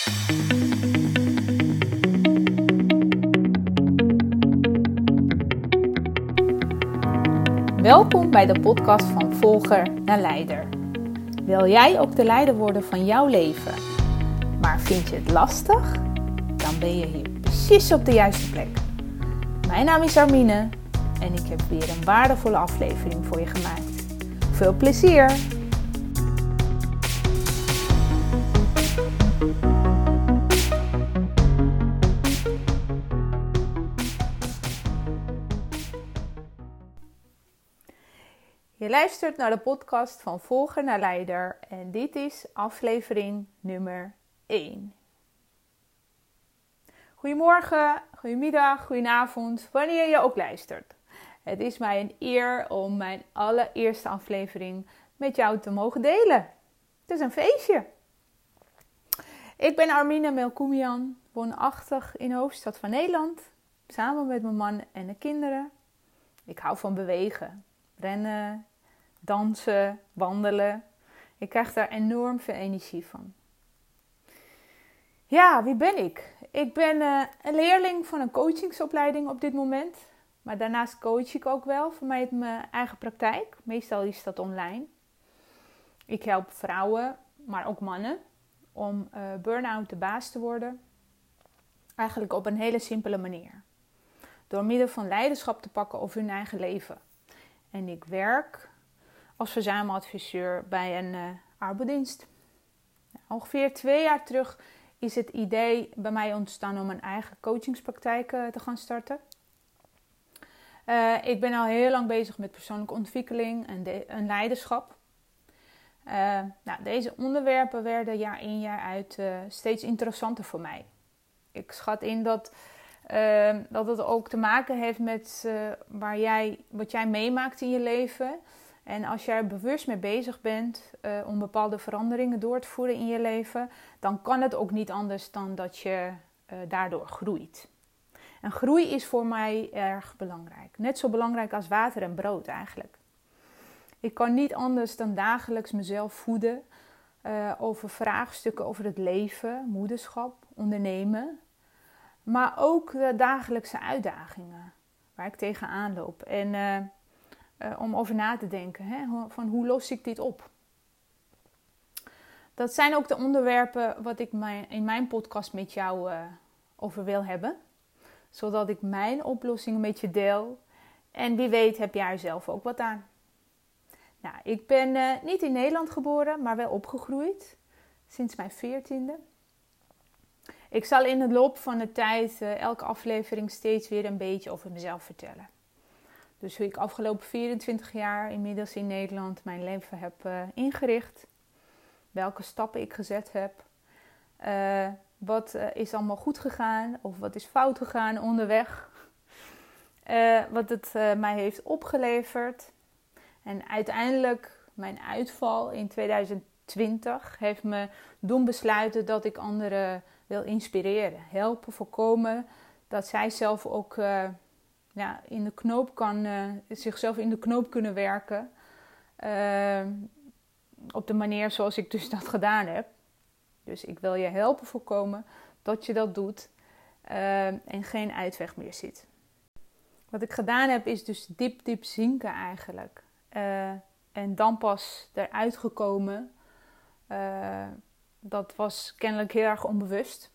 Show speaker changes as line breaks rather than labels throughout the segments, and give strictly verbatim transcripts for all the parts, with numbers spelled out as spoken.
Welkom bij de podcast van Volger naar Leider. Wil jij ook de leider worden van jouw leven? Maar vind je het lastig? Dan ben je hier precies op de juiste plek. Mijn naam is Armine en ik heb weer een waardevolle aflevering voor je gemaakt. Veel plezier! Je luistert naar de podcast van Volger naar Leider en dit is aflevering nummer één. Goedemorgen, goedemiddag, goedenavond, wanneer je ook luistert. Het is mij een eer om mijn allereerste aflevering met jou te mogen delen. Het is een feestje. Ik ben Armine Melkoumian, woonachtig in de hoofdstad van Nederland, samen met mijn man en de kinderen. Ik hou van bewegen, rennen, dansen, wandelen. Ik krijg daar enorm veel energie van. Ja, wie ben ik? Ik ben uh, een leerling van een coachingsopleiding op dit moment. Maar daarnaast coach ik ook wel vanuit mijn eigen praktijk. Meestal is dat online. Ik help vrouwen, maar ook mannen, om uh, burn-out de baas te worden. Eigenlijk op een hele simpele manier. Door middel van leiderschap te pakken over hun eigen leven. En ik werk als verzameladviseur bij een uh, arbeidsdienst. Nou, ongeveer twee jaar terug is het idee bij mij ontstaan om een eigen coachingspraktijk uh, te gaan starten. Uh, ik ben al heel lang bezig met persoonlijke ontwikkeling en, de, en leiderschap. Uh, nou, deze onderwerpen werden jaar in jaar uit uh, steeds interessanter voor mij. Ik schat in dat, uh, dat het ook te maken heeft met uh, waar jij, wat jij meemaakt in je leven. En als jij er bewust mee bezig bent uh, om bepaalde veranderingen door te voeren in je leven, dan kan het ook niet anders dan dat je uh, daardoor groeit. En groei is voor mij erg belangrijk. Net zo belangrijk als water en brood eigenlijk. Ik kan niet anders dan dagelijks mezelf voeden uh, over vraagstukken over het leven, moederschap, ondernemen. Maar ook de dagelijkse uitdagingen waar ik tegenaan loop. En uh, uh, om over na te denken, hè, van hoe los ik dit op? Dat zijn ook de onderwerpen wat ik mijn, in mijn podcast met jou uh, over wil hebben. Zodat ik mijn oplossingen met je deel. En wie weet heb jij er zelf ook wat aan. Nou, ik ben uh, niet in Nederland geboren, maar wel opgegroeid. Sinds mijn veertiende. Ik zal in de loop van de tijd uh, elke aflevering steeds weer een beetje over mezelf vertellen. Dus hoe ik afgelopen vierentwintig jaar inmiddels in Nederland mijn leven heb uh, ingericht. Welke stappen ik gezet heb. Uh, wat uh, is allemaal goed gegaan of wat is fout gegaan onderweg. Uh, wat het uh, mij heeft opgeleverd. En uiteindelijk mijn uitval in tweeduizend twintig heeft me doen besluiten dat ik anderen wil inspireren. Helpen, voorkomen dat zij zelf ook uh, ja, in de knoop kan, uh, zichzelf in de knoop kunnen werken. Uh, op de manier zoals ik dus dat gedaan heb. Dus ik wil je helpen voorkomen dat je dat doet uh, en geen uitweg meer ziet. Wat ik gedaan heb is dus diep diep zinken eigenlijk. Uh, en dan pas eruit gekomen. Uh, dat was kennelijk heel erg onbewust.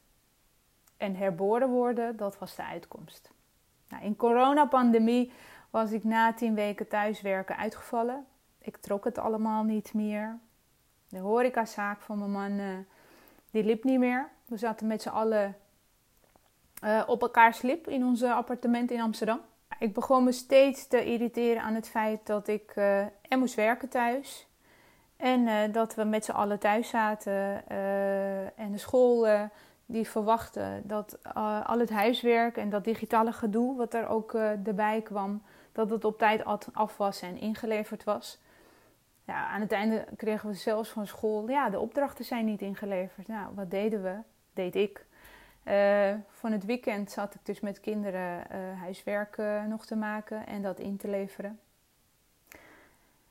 En herboren worden, dat was de uitkomst. Nou, in coronapandemie was ik na tien weken thuiswerken uitgevallen. Ik trok het allemaal niet meer. De horecazaak van mijn man, uh, die liep niet meer. We zaten met z'n allen uh, op elkaars lip in ons appartement in Amsterdam. Ik begon me steeds te irriteren aan het feit dat ik uh, er moest werken thuis. En uh, dat we met z'n allen thuis zaten. Uh, en de school uh, die verwachtte dat uh, al het huiswerk en dat digitale gedoe wat er ook uh, erbij kwam, dat het op tijd af was en ingeleverd was. Ja, aan het einde kregen we zelfs van school, ja, de opdrachten zijn niet ingeleverd. Nou, wat deden we? Deed ik. Uh, van het weekend zat ik dus met kinderen uh, huiswerk uh, nog te maken en dat in te leveren.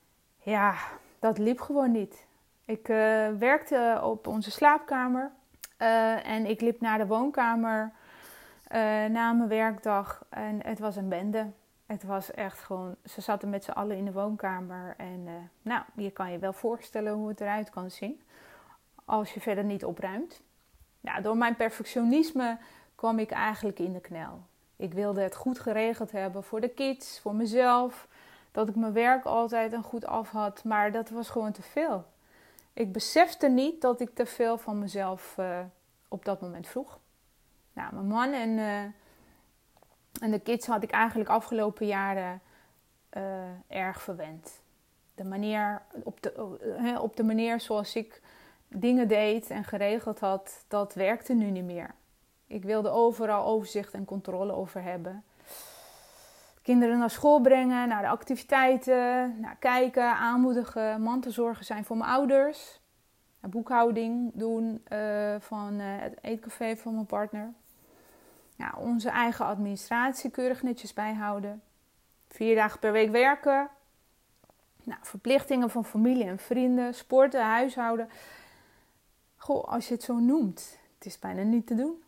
Ja, dat liep gewoon niet. Ik uh, werkte op onze slaapkamer Uh, en ik liep naar de woonkamer uh, na mijn werkdag en het was een bende. Het was echt gewoon, ze zaten met z'n allen in de woonkamer. En uh, nou, je kan je wel voorstellen hoe het eruit kan zien als je verder niet opruimt. Ja, door mijn perfectionisme kwam ik eigenlijk in de knel. Ik wilde het goed geregeld hebben voor de kids, voor mezelf. Dat ik mijn werk altijd en goed af had, maar dat was gewoon te veel. Ik besefte niet dat ik te veel van mezelf uh, op dat moment vroeg. Nou, mijn man en, uh, en de kids had ik eigenlijk afgelopen jaren uh, erg verwend. De manier, op, de, uh, op de manier zoals ik dingen deed en geregeld had, dat werkte nu niet meer. Ik wilde overal overzicht en controle over hebben. Kinderen naar school brengen, naar de activiteiten, naar kijken, aanmoedigen, mantelzorgen zijn voor mijn ouders. Boekhouding doen uh, van uh, het eetcafé van mijn partner. Ja, onze eigen administratie keurig netjes bijhouden. Vier dagen per week werken. Nou, verplichtingen van familie en vrienden, sporten, huishouden. Goh, als je het zo noemt, het is bijna niet te doen.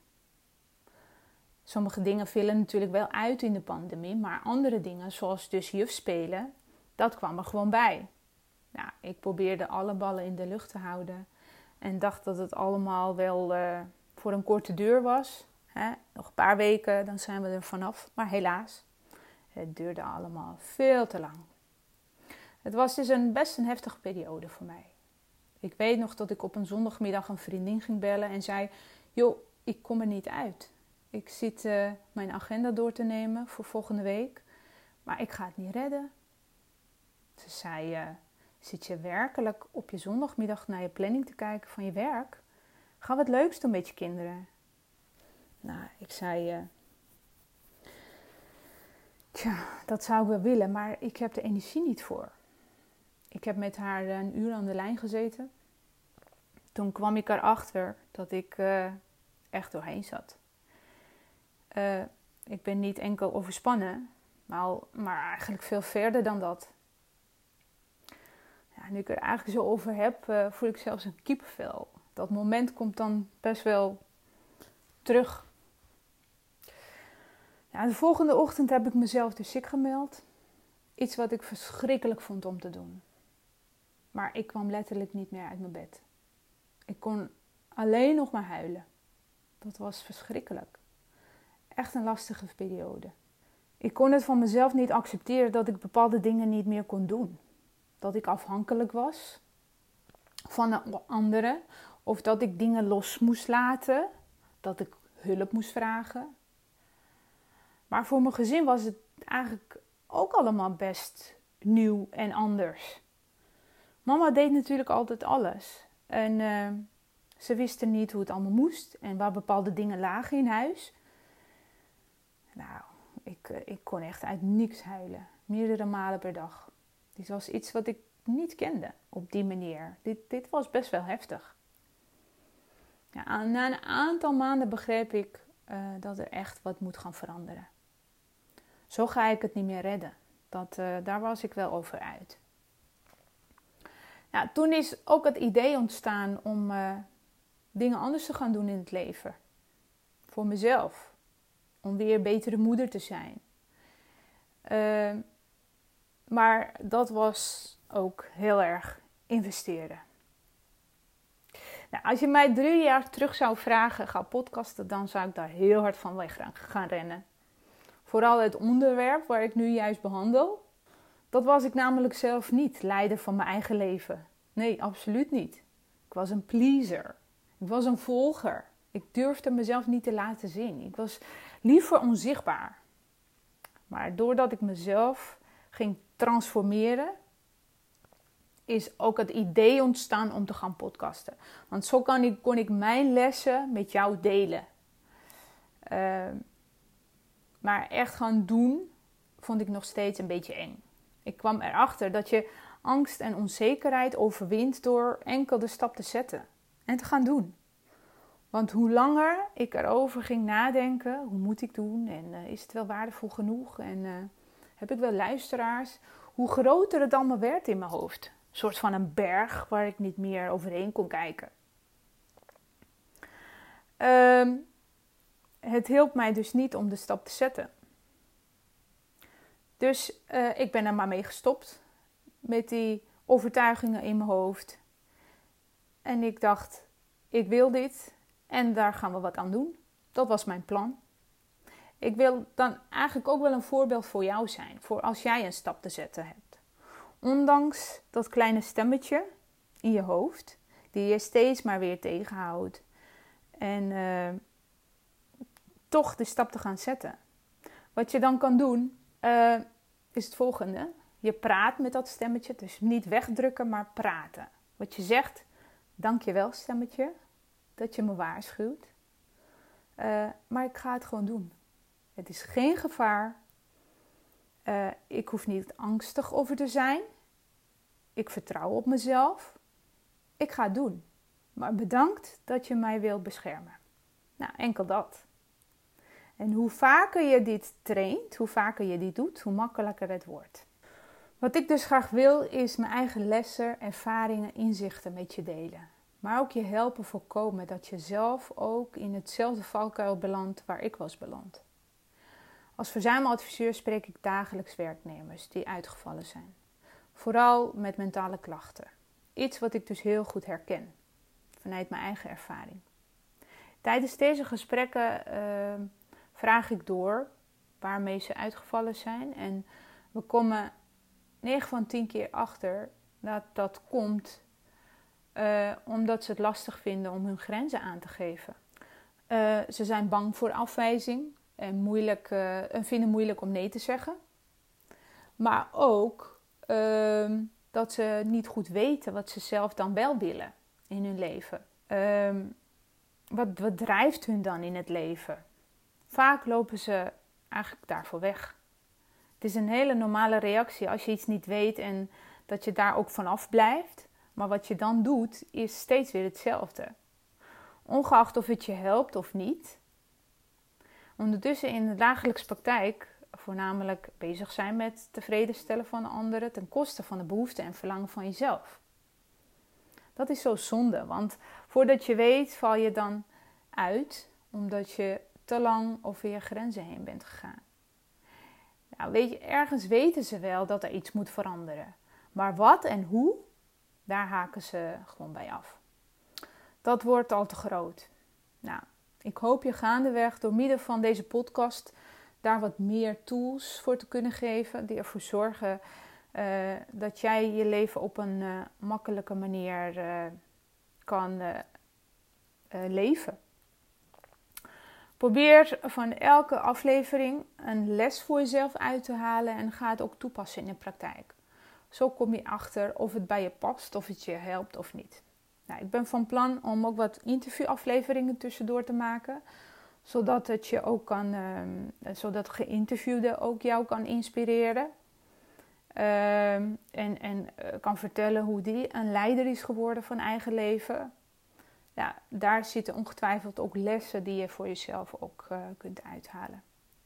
Sommige dingen vielen natuurlijk wel uit in de pandemie, maar andere dingen, zoals dus juf spelen, dat kwam er gewoon bij. Nou, ik probeerde alle ballen in de lucht te houden en dacht dat het allemaal wel uh, voor een korte duur was. Hè? Nog een paar weken, dan zijn we er vanaf. Maar helaas, het duurde allemaal veel te lang. Het was dus een best een heftige periode voor mij. Ik weet nog dat ik op een zondagmiddag een vriendin ging bellen en zei: joh, ik kom er niet uit. Ik zit uh, mijn agenda door te nemen voor volgende week, maar ik ga het niet redden. Ze zei: uh, zit je werkelijk op je zondagmiddag naar je planning te kijken van je werk? Ga wat leuks doen met je kinderen. Nou, ik zei: uh, tja, dat zou ik wel willen, maar ik heb de energie niet voor. Ik heb met haar een uur aan de lijn gezeten. Toen kwam ik erachter dat ik uh, echt doorheen zat. Uh, ik ben niet enkel overspannen, maar, maar eigenlijk veel verder dan dat. Ja, nu ik er eigenlijk zo over heb, uh, voel ik zelfs een kippenvel. Dat moment komt dan best wel terug. Ja, de volgende ochtend heb ik mezelf dus ziek gemeld. Iets wat ik verschrikkelijk vond om te doen. Maar ik kwam letterlijk niet meer uit mijn bed. Ik kon alleen nog maar huilen. Dat was verschrikkelijk. Echt een lastige periode. Ik kon het van mezelf niet accepteren dat ik bepaalde dingen niet meer kon doen. Dat ik afhankelijk was van anderen. Of dat ik dingen los moest laten. Dat ik hulp moest vragen. Maar voor mijn gezin was het eigenlijk ook allemaal best nieuw en anders. Mama deed natuurlijk altijd alles. En uh, ze wisten niet hoe het allemaal moest. En waar bepaalde dingen lagen in huis. Nou, ik, uh, ik kon echt uit niks huilen. Meerdere malen per dag. Dit was iets wat ik niet kende op die manier. Dit, dit was best wel heftig. Ja, na een aantal maanden begreep ik uh, dat er echt wat moet gaan veranderen. Zo ga ik het niet meer redden. Dat, uh, daar was ik wel over uit. Ja, toen is ook het idee ontstaan om uh, dingen anders te gaan doen in het leven. Voor mezelf. Om weer een betere moeder te zijn. Uh, maar dat was ook heel erg investeren. Nou, als je mij drie jaar terug zou vragen, ga podcasten, dan zou ik daar heel hard van weg gaan rennen. Vooral het onderwerp waar ik nu juist behandel. Dat was ik namelijk zelf niet, leider van mijn eigen leven. Nee, absoluut niet. Ik was een pleaser. Ik was een volger. Ik durfde mezelf niet te laten zien. Ik was liever onzichtbaar. Maar doordat ik mezelf ging transformeren, is ook het idee ontstaan om te gaan podcasten. Want zo kan ik, kon ik mijn lessen met jou delen. Uh, maar echt gaan doen, vond ik nog steeds een beetje eng. Ik kwam erachter dat je angst en onzekerheid overwint door enkel de stap te zetten. En te gaan doen. Want hoe langer ik erover ging nadenken, hoe moet ik doen? En uh, is het wel waardevol genoeg? En uh, heb ik wel luisteraars? Hoe groter het allemaal werd in mijn hoofd. Een soort van een berg waar ik niet meer overheen kon kijken. Uh, het hielp mij dus niet om de stap te zetten. Dus uh, ik ben er maar mee gestopt. Met die overtuigingen in mijn hoofd. En ik dacht, ik wil dit. En daar gaan we wat aan doen. Dat was mijn plan. Ik wil dan eigenlijk ook wel een voorbeeld voor jou zijn. Voor als jij een stap te zetten hebt. Ondanks dat kleine stemmetje in je hoofd. Die je steeds maar weer tegenhoudt. En uh, toch de stap te gaan zetten. Wat je dan kan doen, uh, is het volgende. Je praat met dat stemmetje. Dus niet wegdrukken, maar praten. Wat je zegt, dankjewel stemmetje. Dat je me waarschuwt. Uh, maar ik ga het gewoon doen. Het is geen gevaar. Uh, ik hoef niet angstig over te zijn. Ik vertrouw op mezelf. Ik ga het doen. Maar bedankt dat je mij wilt beschermen. Nou, enkel dat. En hoe vaker je dit traint, hoe vaker je dit doet, hoe makkelijker het wordt. Wat ik dus graag wil, is mijn eigen lessen, ervaringen, inzichten met je delen. Maar ook je helpen voorkomen dat je zelf ook in hetzelfde valkuil belandt waar ik was beland. Als verzuimadviseur spreek ik dagelijks werknemers die uitgevallen zijn. Vooral met mentale klachten. Iets wat ik dus heel goed herken. Vanuit mijn eigen ervaring. Tijdens deze gesprekken uh, vraag ik door waarmee ze uitgevallen zijn. En we komen negen van tien keer achter dat dat komt uh, omdat ze het lastig vinden om hun grenzen aan te geven. Uh, ze zijn bang voor afwijzing en, moeilijk, uh, en vinden het moeilijk om nee te zeggen. Maar ook uh, dat ze niet goed weten wat ze zelf dan wel willen in hun leven. Uh, wat, wat drijft hun dan in het leven? Vaak lopen ze eigenlijk daarvoor weg. Het is een hele normale reactie als je iets niet weet en dat je daar ook vanaf blijft. Maar wat je dan doet is steeds weer hetzelfde. Ongeacht of het je helpt of niet. Ondertussen in de dagelijkse praktijk voornamelijk bezig zijn met tevreden stellen van anderen ten koste van de behoeften en verlangen van jezelf. Dat is zo zonde, want voordat je weet val je dan uit omdat je te lang over je grenzen heen bent gegaan. Nou, weet je, ergens weten ze wel dat er iets moet veranderen. Maar wat en hoe, daar haken ze gewoon bij af. Dat wordt al te groot. Nou, ik hoop je gaandeweg door middel van deze podcast daar wat meer tools voor te kunnen geven. Die ervoor zorgen uh, dat jij je leven op een uh, makkelijke manier uh, kan uh, uh, leven. Probeer van elke aflevering een les voor jezelf uit te halen en ga het ook toepassen in de praktijk. Zo kom je achter of het bij je past, of het je helpt of niet. Nou, ik ben van plan om ook wat interviewafleveringen tussendoor te maken, zodat het je ook kan, uh, zodat geïnterviewde ook jou kan inspireren uh, en, en uh, kan vertellen hoe die een leider is geworden van eigen leven. Ja, daar zitten ongetwijfeld ook lessen die je voor jezelf ook uh, kunt uithalen.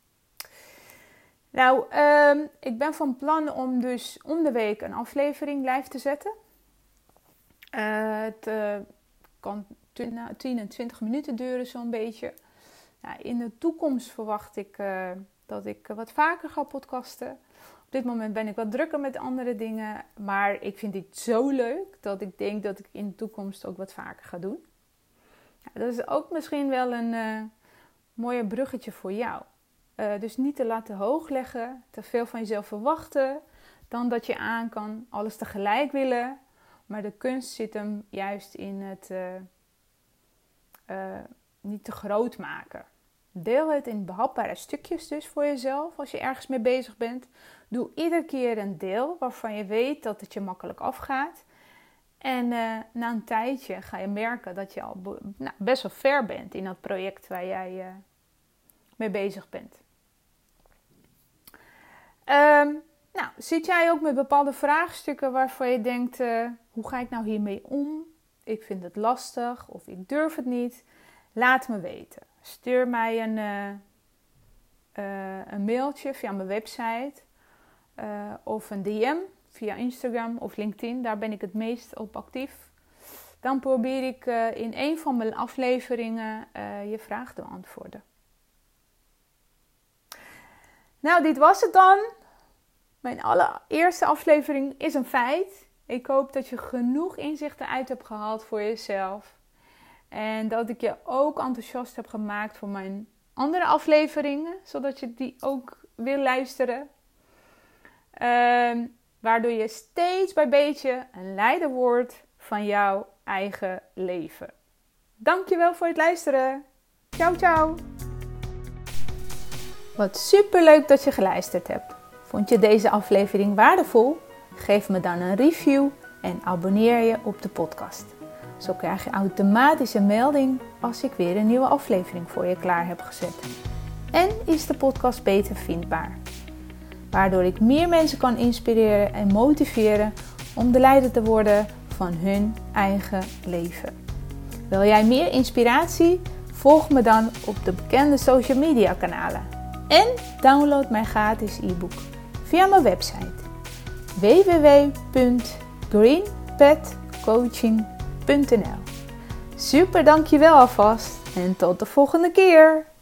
Nou, uh, ik ben van plan om dus om de week een aflevering live te zetten. Uh, het uh, kan tien en twintig minuten duren zo'n beetje. Nou, in de toekomst verwacht ik uh, dat ik wat vaker ga podcasten. Op dit moment ben ik wat drukker met andere dingen. Maar ik vind dit zo leuk dat ik denk dat ik in de toekomst ook wat vaker ga doen. Ja, dat is ook misschien wel een uh, mooie bruggetje voor jou. Uh, dus niet te laten hoog leggen, te veel van jezelf verwachten. Dan dat je aan kan, alles tegelijk willen. Maar de kunst zit hem juist in het uh, uh, niet te groot maken. Deel het in behapbare stukjes dus voor jezelf als je ergens mee bezig bent. Doe iedere keer een deel waarvan je weet dat het je makkelijk afgaat. En uh, na een tijdje ga je merken dat je al be- nou, best wel ver bent in dat project waar jij uh, mee bezig bent. Um, nou, zit jij ook met bepaalde vraagstukken waarvan je denkt, uh, hoe ga ik nou hiermee om? Ik vind het lastig of ik durf het niet. Laat me weten. Stuur mij een, uh, uh, een mailtje via mijn website uh, of een D M via Instagram of LinkedIn. Daar ben ik het meest op actief. dan probeer ik uh, in een van mijn afleveringen uh, je vraag te beantwoorden. Nou, dit was het dan. Mijn allereerste aflevering is een feit. Ik hoop dat je genoeg inzichten uit hebt gehaald voor jezelf. En dat ik je ook enthousiast heb gemaakt voor mijn andere afleveringen. Zodat je die ook wil luisteren. Uh, waardoor je steeds bij beetje een leider wordt van jouw eigen leven. Dankjewel voor het luisteren. Ciao, ciao. Wat superleuk dat je geluisterd hebt. Vond je deze aflevering waardevol? Geef me dan een review en abonneer je op de podcast. Zo krijg je automatisch een melding als ik weer een nieuwe aflevering voor je klaar heb gezet. En is de podcast beter vindbaar. Waardoor ik meer mensen kan inspireren en motiveren om de leider te worden van hun eigen leven. Wil jij meer inspiratie? Volg me dan op de bekende social media kanalen. En download mijn gratis e-book via mijn website w w w punt green pet coaching punt n l. Super, dankjewel alvast en tot de volgende keer!